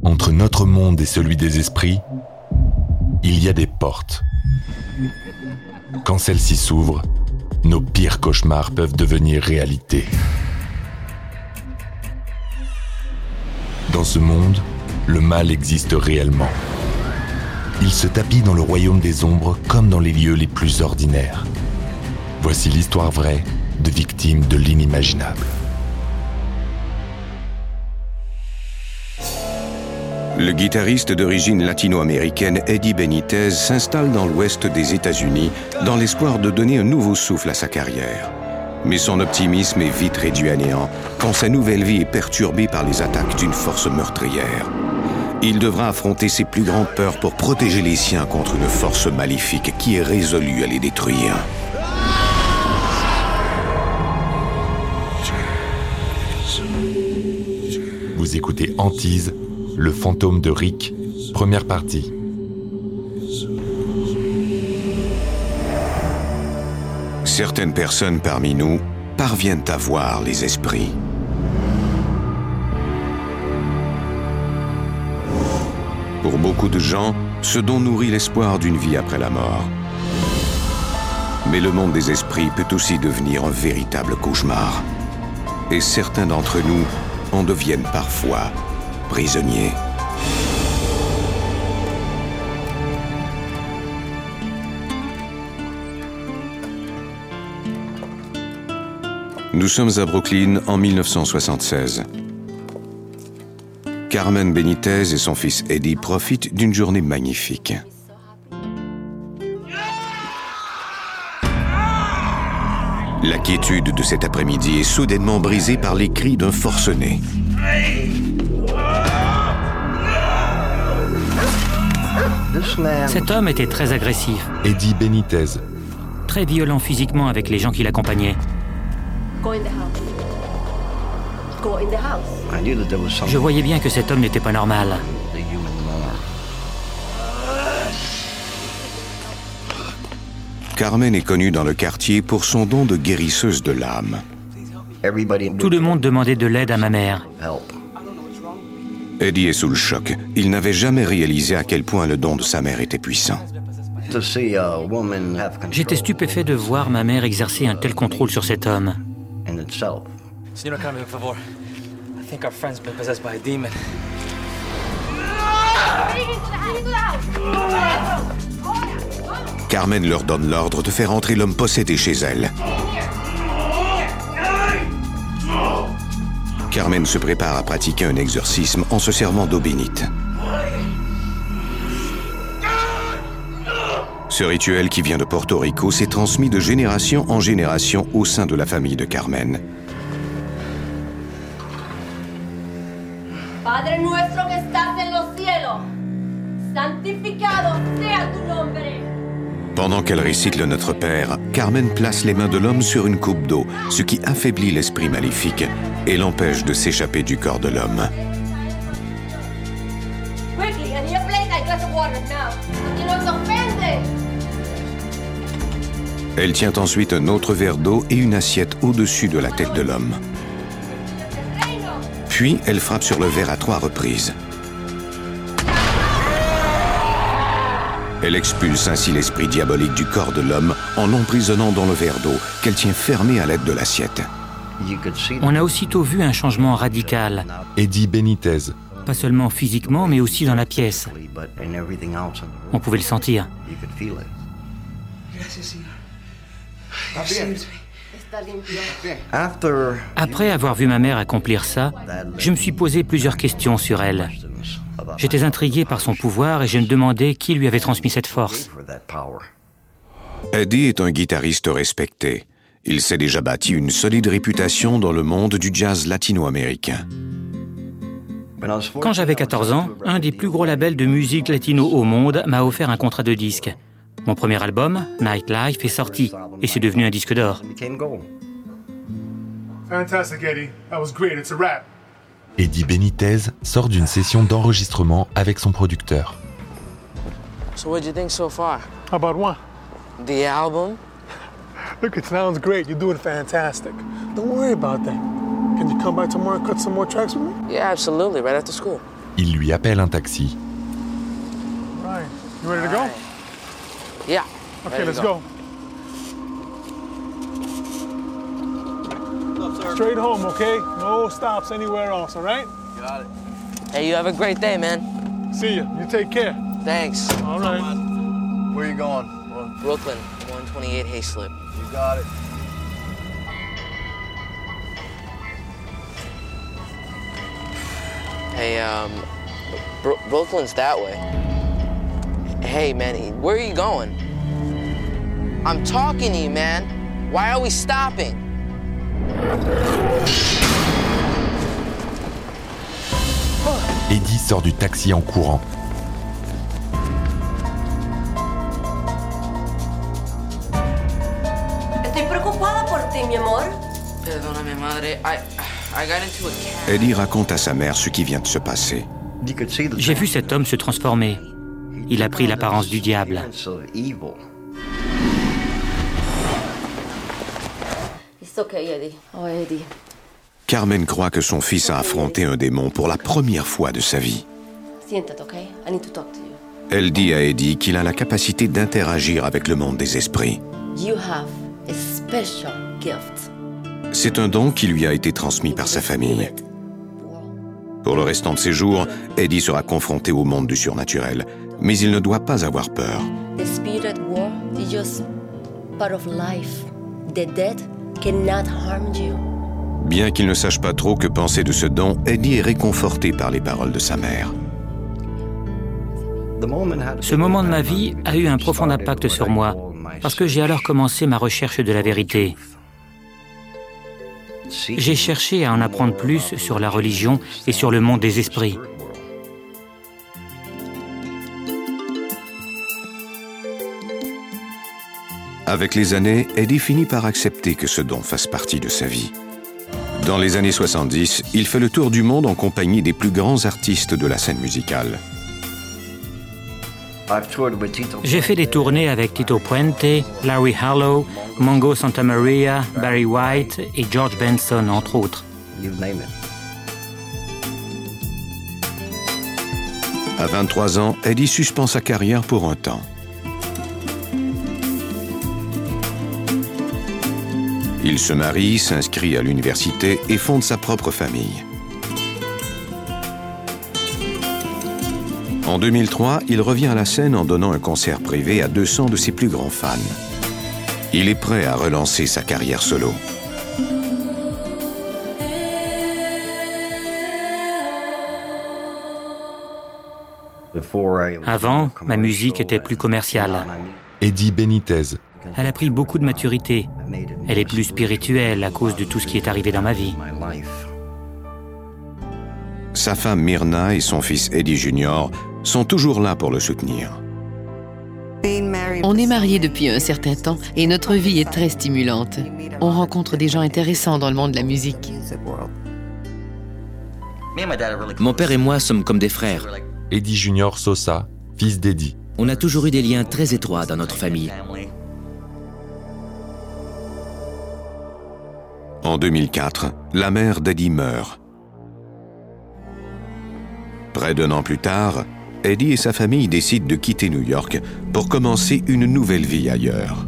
Entre notre monde et celui des esprits, il y a des portes. Quand celles-ci s'ouvrent, nos pires cauchemars peuvent devenir réalité. Dans ce monde, le mal existe réellement. Il se tapit dans le royaume des ombres comme dans les lieux les plus ordinaires. Voici l'histoire vraie de victimes de l'inimaginable. Le guitariste d'origine latino-américaine Eddie Benitez s'installe dans l'ouest des États-Unis dans l'espoir de donner un nouveau souffle à sa carrière. Mais son optimisme est vite réduit à néant quand sa nouvelle vie est perturbée par les attaques d'une force meurtrière. Il devra affronter ses plus grandes peurs pour protéger les siens contre une force maléfique qui est résolue à les détruire. Vous écoutez Antise, le fantôme de Rick, première partie. Certaines personnes parmi nous parviennent à voir les esprits. Pour beaucoup de gens, ce don nourrit l'espoir d'une vie après la mort. Mais le monde des esprits peut aussi devenir un véritable cauchemar. Et certains d'entre nous en deviennent parfois prisonniers. Nous sommes à Brooklyn en 1976. Carmen Benitez et son fils Eddie profitent d'une journée magnifique. La quiétude de cet après-midi est soudainement brisée par les cris d'un forcené. Cet homme était très agressif. Eddie Benitez. Très violent physiquement avec les gens qui l'accompagnaient. Je voyais bien que cet homme n'était pas normal. Carmen est connue dans le quartier pour son don de guérisseuse de l'âme. Tout le monde demandait de l'aide à ma mère. Eddie est sous le choc. Il n'avait jamais réalisé à quel point le don de sa mère était puissant. J'étais stupéfait de voir ma mère exercer un tel contrôle sur cet homme. Señora Carmen, por favor. I think our friend's been possessed by a demon. Carmen leur donne l'ordre de faire entrer l'homme possédé chez elle. Carmen se prépare à pratiquer un exorcisme en se servant d'eau bénite. Ce rituel qui vient de Porto Rico s'est transmis de génération en génération au sein de la famille de Carmen. Padre nuestro que estás en los cielos, santificado sea tu nombre. Pendant qu'elle récite le Notre Père, Carmen place les mains de l'homme sur une coupe d'eau, ce qui affaiblit l'esprit maléfique et l'empêche de s'échapper du corps de l'homme. Quickly, I need a plate and a glass of water now. You know, it's offended. Elle tient ensuite un autre verre d'eau et une assiette au-dessus de la tête de l'homme. Puis, elle frappe sur le verre à 3 reprises. Elle expulse ainsi l'esprit diabolique du corps de l'homme en l'emprisonnant dans le verre d'eau qu'elle tient fermé à l'aide de l'assiette. On a aussitôt vu un changement radical. Eddie Benitez. Pas seulement physiquement, mais aussi dans la pièce. On pouvait le sentir. Après avoir vu ma mère accomplir ça, je me suis posé plusieurs questions sur elle. J'étais intrigué par son pouvoir et je me demandais qui lui avait transmis cette force. Eddie est un guitariste respecté. Il s'est déjà bâti une solide réputation dans le monde du jazz latino-américain. Quand j'avais 14 ans, un des plus gros labels de musique latino au monde m'a offert un contrat de disque. Mon premier album, Nightlife, est sorti et c'est devenu un disque d'or. Fantastic, Eddie. That was great. It's a wrap. Eddie Benitez sort d'une session d'enregistrement avec son producteur. So what'd you think so far? How about one? The album? Look, it sounds great. You're doing fantastic. Don't worry about that. Can you come by tomorrow and cut some more tracks with me? Yeah, absolutely. Right after school. Il lui appelle un taxi. Ryan, you ready to go? Yeah. Okay, let's go. Straight home, okay? No stops anywhere else, all right? Got it. Hey, you have a great day, man. See ya. You take care. Thanks. All right. Where you going? Brooklyn, 128 Hayslip. You got it. Hey, Brooklyn's that way. Hey, man, where are you going? I'm talking to you, man. Why are we stopping? Eddie sort du taxi en courant. Estoy preocupada por ti, mi amor. Perdóname, madre. I got into a cab. Eddie raconte à sa mère ce qui vient de se passer. J'ai vu cet homme se transformer. Il a pris l'apparence du diable. It's okay, Eddie. Oh, Eddie. Carmen croit que son fils a affronté un démon pour la première fois de sa vie. Siéntate, okay? I need to talk to you. Elle dit à Eddie qu'il a la capacité d'interagir avec le monde des esprits. You have a special gift. C'est un don qui lui a été transmis par sa famille. Pour le restant de ses jours, Eddie sera confronté au monde du surnaturel, mais il ne doit pas avoir peur. The spirit world is just part of life. The dead cannot harm you. Bien qu'il ne sache pas trop que penser de ce don, Eddie est réconforté par les paroles de sa mère. Ce moment de ma vie a eu un profond impact sur moi, parce que j'ai alors commencé ma recherche de la vérité. J'ai cherché à en apprendre plus sur la religion et sur le monde des esprits. Avec les années, Eddie finit par accepter que ce don fasse partie de sa vie. Dans les années 70, il fait le tour du monde en compagnie des plus grands artistes de la scène musicale. J'ai fait des tournées avec Tito Puente, Larry Harlow, Mongo Santamaria, Barry White et George Benson, entre autres. À 23 ans, Eddie suspend sa carrière pour un temps. Il se marie, s'inscrit à l'université et fonde sa propre famille. En 2003, il revient à la scène en donnant un concert privé à 200 de ses plus grands fans. Il est prêt à relancer sa carrière solo. Avant, ma musique était plus commerciale. Eddie Benitez. Elle a pris beaucoup de maturité. Elle est plus spirituelle à cause de tout ce qui est arrivé dans ma vie. Sa femme Myrna et son fils Eddie Jr. sont toujours là pour le soutenir. On est mariés depuis un certain temps et notre vie est très stimulante. On rencontre des gens intéressants dans le monde de la musique. Mon père et moi sommes comme des frères. Eddie Jr. Sosa, fils d'Eddie. On a toujours eu des liens très étroits dans notre famille. En 2004, la mère d'Eddie meurt. Près d'un an plus tard, Eddie et sa famille décident de quitter New York pour commencer une nouvelle vie ailleurs.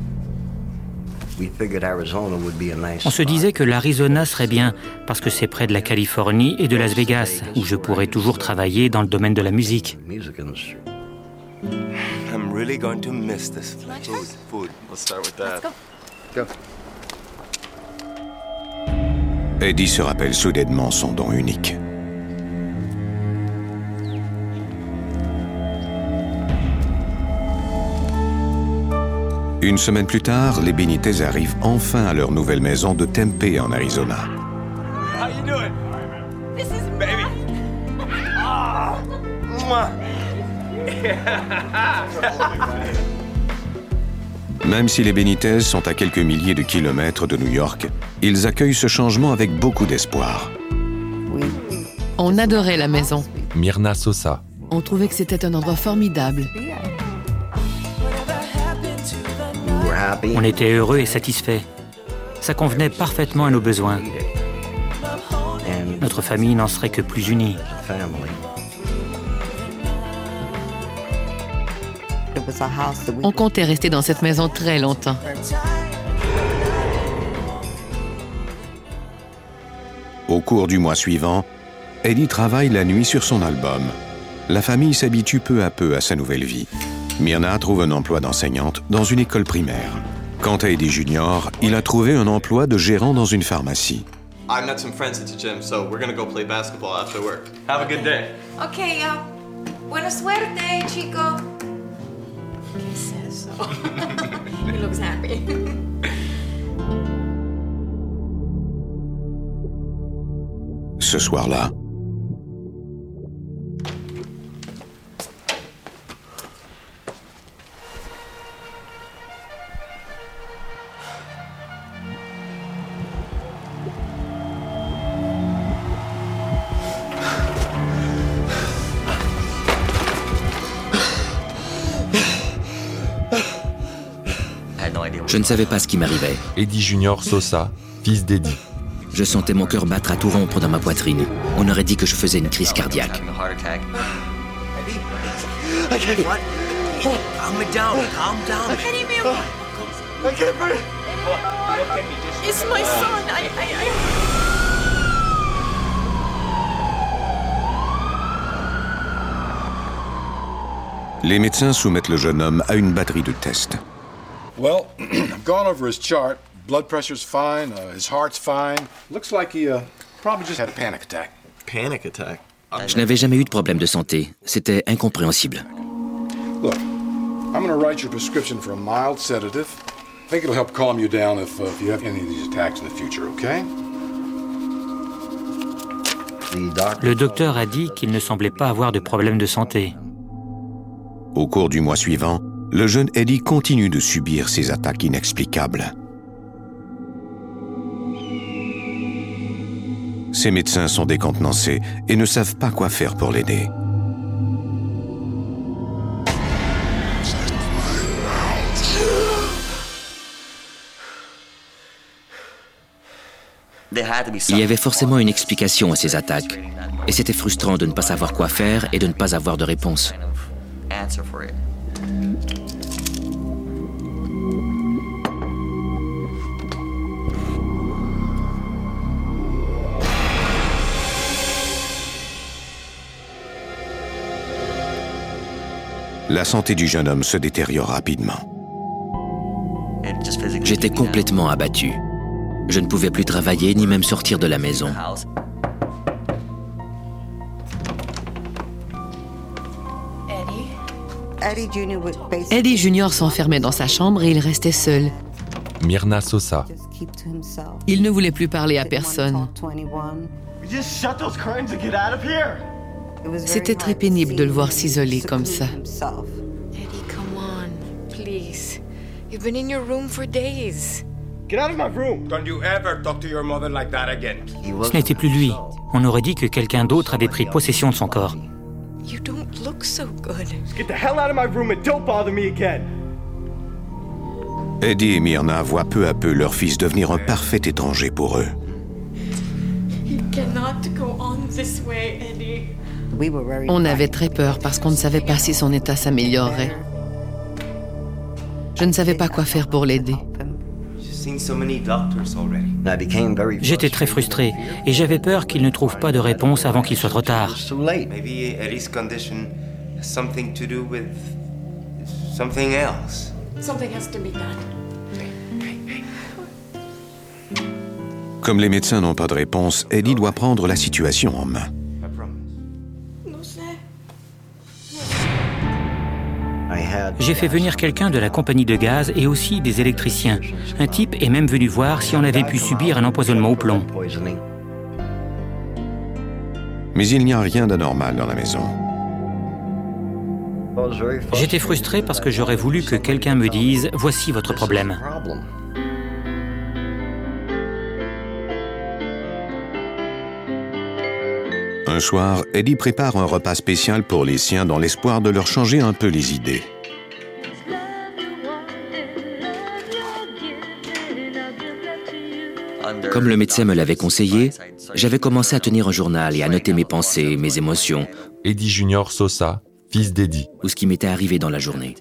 On se disait que l'Arizona serait bien parce que c'est près de la Californie et de Las Vegas, où je pourrais toujours travailler dans le domaine de la musique. I'm really going to miss this food. Let's start with that. Go. Eddie se rappelle soudainement son don unique. Une semaine plus tard, les Benitez arrivent enfin à leur nouvelle maison de Tempe en Arizona. How you doing? This is baby. Même si les Benitez sont à quelques milliers de kilomètres de New York, ils accueillent ce changement avec beaucoup d'espoir. On adorait la maison. Myrna Sosa. On trouvait que c'était un endroit formidable. On était heureux et satisfaits. Ça convenait parfaitement à nos besoins. Notre famille n'en serait que plus unie. On comptait rester dans cette maison très longtemps. Au cours du mois suivant, Eddie travaille la nuit sur son album. La famille s'habitue peu à peu à sa nouvelle vie. Myrna trouve un emploi d'enseignante dans une école primaire. Quant à Eddie Junior, il a trouvé un emploi de gérant dans une pharmacie. I met some friends at the gym, so we're gonna go play basketball after work. Have a good day. Okay, buena suerte, chico. He says so. He looks happy. Ce soir-là, Je ne savais pas ce qui m'arrivait. Eddie Junior Sosa, fils d'Eddie. Je sentais mon cœur battre à tout rompre dans ma poitrine. On aurait dit que je faisais une crise cardiaque. It's my son. les médecins soumettent le jeune homme à une batterie de tests. Well, I've gone over his chart. Blood pressure's fine, his heart's fine. Looks like he probably just had a panic attack. Panic attack? Je n'avais jamais eu de problème de santé. C'était incompréhensible. Look, I'm gonna write your prescription for a mild sedative. I think it'll help calm you down if you have any of these attacks in the future, okay? Le docteur a dit qu'il ne semblait pas avoir de problème de santé. Au cours du mois suivant, le jeune Eddie continue de subir ces attaques inexplicables. Ses médecins sont décontenancés et ne savent pas quoi faire pour l'aider. Il y avait forcément une explication à ces attaques. Et c'était frustrant de ne pas savoir quoi faire et de ne pas avoir de réponse. La santé du jeune homme se détériore rapidement. J'étais complètement abattu. Je ne pouvais plus travailler ni même sortir de la maison. Eddie Junior s'enfermait dans sa chambre et il restait seul. Myrna Sosa. Il ne voulait plus parler à personne. C'était très pénible de le voir s'isoler comme ça. Eddie, come on, please. You've been in your room for days. Get out of my room! Don't you ever talk to your mother like that again. Ce n'était plus lui. On aurait dit que quelqu'un d'autre avait pris possession de son corps. You don't look so good. Get the hell out of my room and don't bother me again. Eddie et Myrna voient peu à peu leur fils devenir un parfait étranger pour eux. You cannot go on this way, Eddie. On avait très peur parce qu'on ne savait pas si son état s'améliorerait. Je ne savais pas quoi faire pour l'aider. J'étais très frustré et j'avais peur qu'il ne trouve pas de réponse avant qu'il soit trop tard. Comme les médecins n'ont pas de réponse, Eddie doit prendre la situation en main. J'ai fait venir quelqu'un de la compagnie de gaz et aussi des électriciens. Un type est même venu voir si on avait pu subir un empoisonnement au plomb. Mais il n'y a rien d'anormal dans la maison. J'étais frustré parce que j'aurais voulu que quelqu'un me dise « Voici votre problème ». Un soir, Eddie prépare un repas spécial pour les siens dans l'espoir de leur changer un peu les idées. Comme le médecin me l'avait conseillé, j'avais commencé à tenir un journal et à noter mes pensées, mes émotions. Eddie Junior Sosa, fils d'Eddie. Ou ce qui m'était arrivé dans la journée.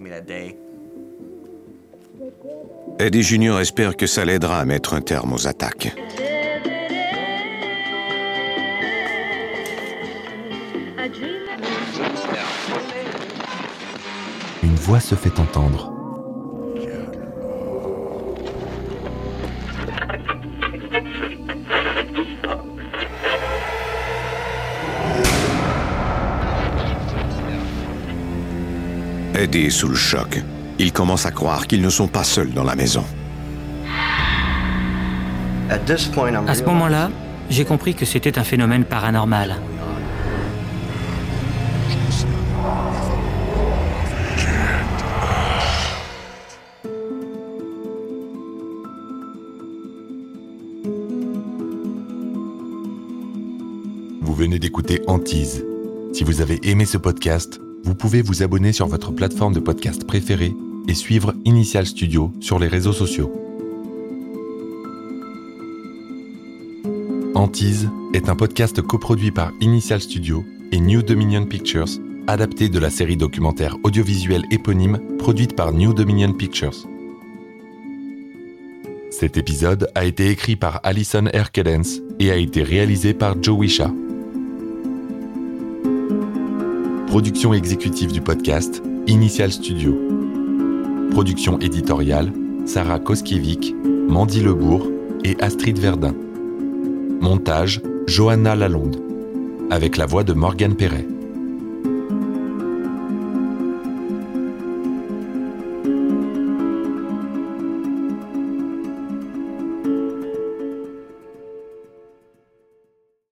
Eddie Junior espère que ça l'aidera à mettre un terme aux attaques. Une voix se fait entendre. Eddie est sous le choc. Il commence à croire qu'ils ne sont pas seuls dans la maison. À ce moment-là, j'ai compris que c'était un phénomène paranormal. Vous venez d'écouter Hantise. Si vous avez aimé ce podcast, vous pouvez vous abonner sur votre plateforme de podcast préférée et suivre Initial Studio sur les réseaux sociaux. Hantise est un podcast coproduit par Initial Studio et New Dominion Pictures, adapté de la série documentaire audiovisuelle éponyme produite par New Dominion Pictures. Cet épisode a été écrit par Alison R. Cadence et a été réalisé par Joe Wisha. Production exécutive du podcast, Initial Studio. Production éditoriale, Sarah Koskiewicz, Mandy Lebourg et Astrid Verdun. Montage, Johanna Lalonde. Avec la voix de Morgane Perret.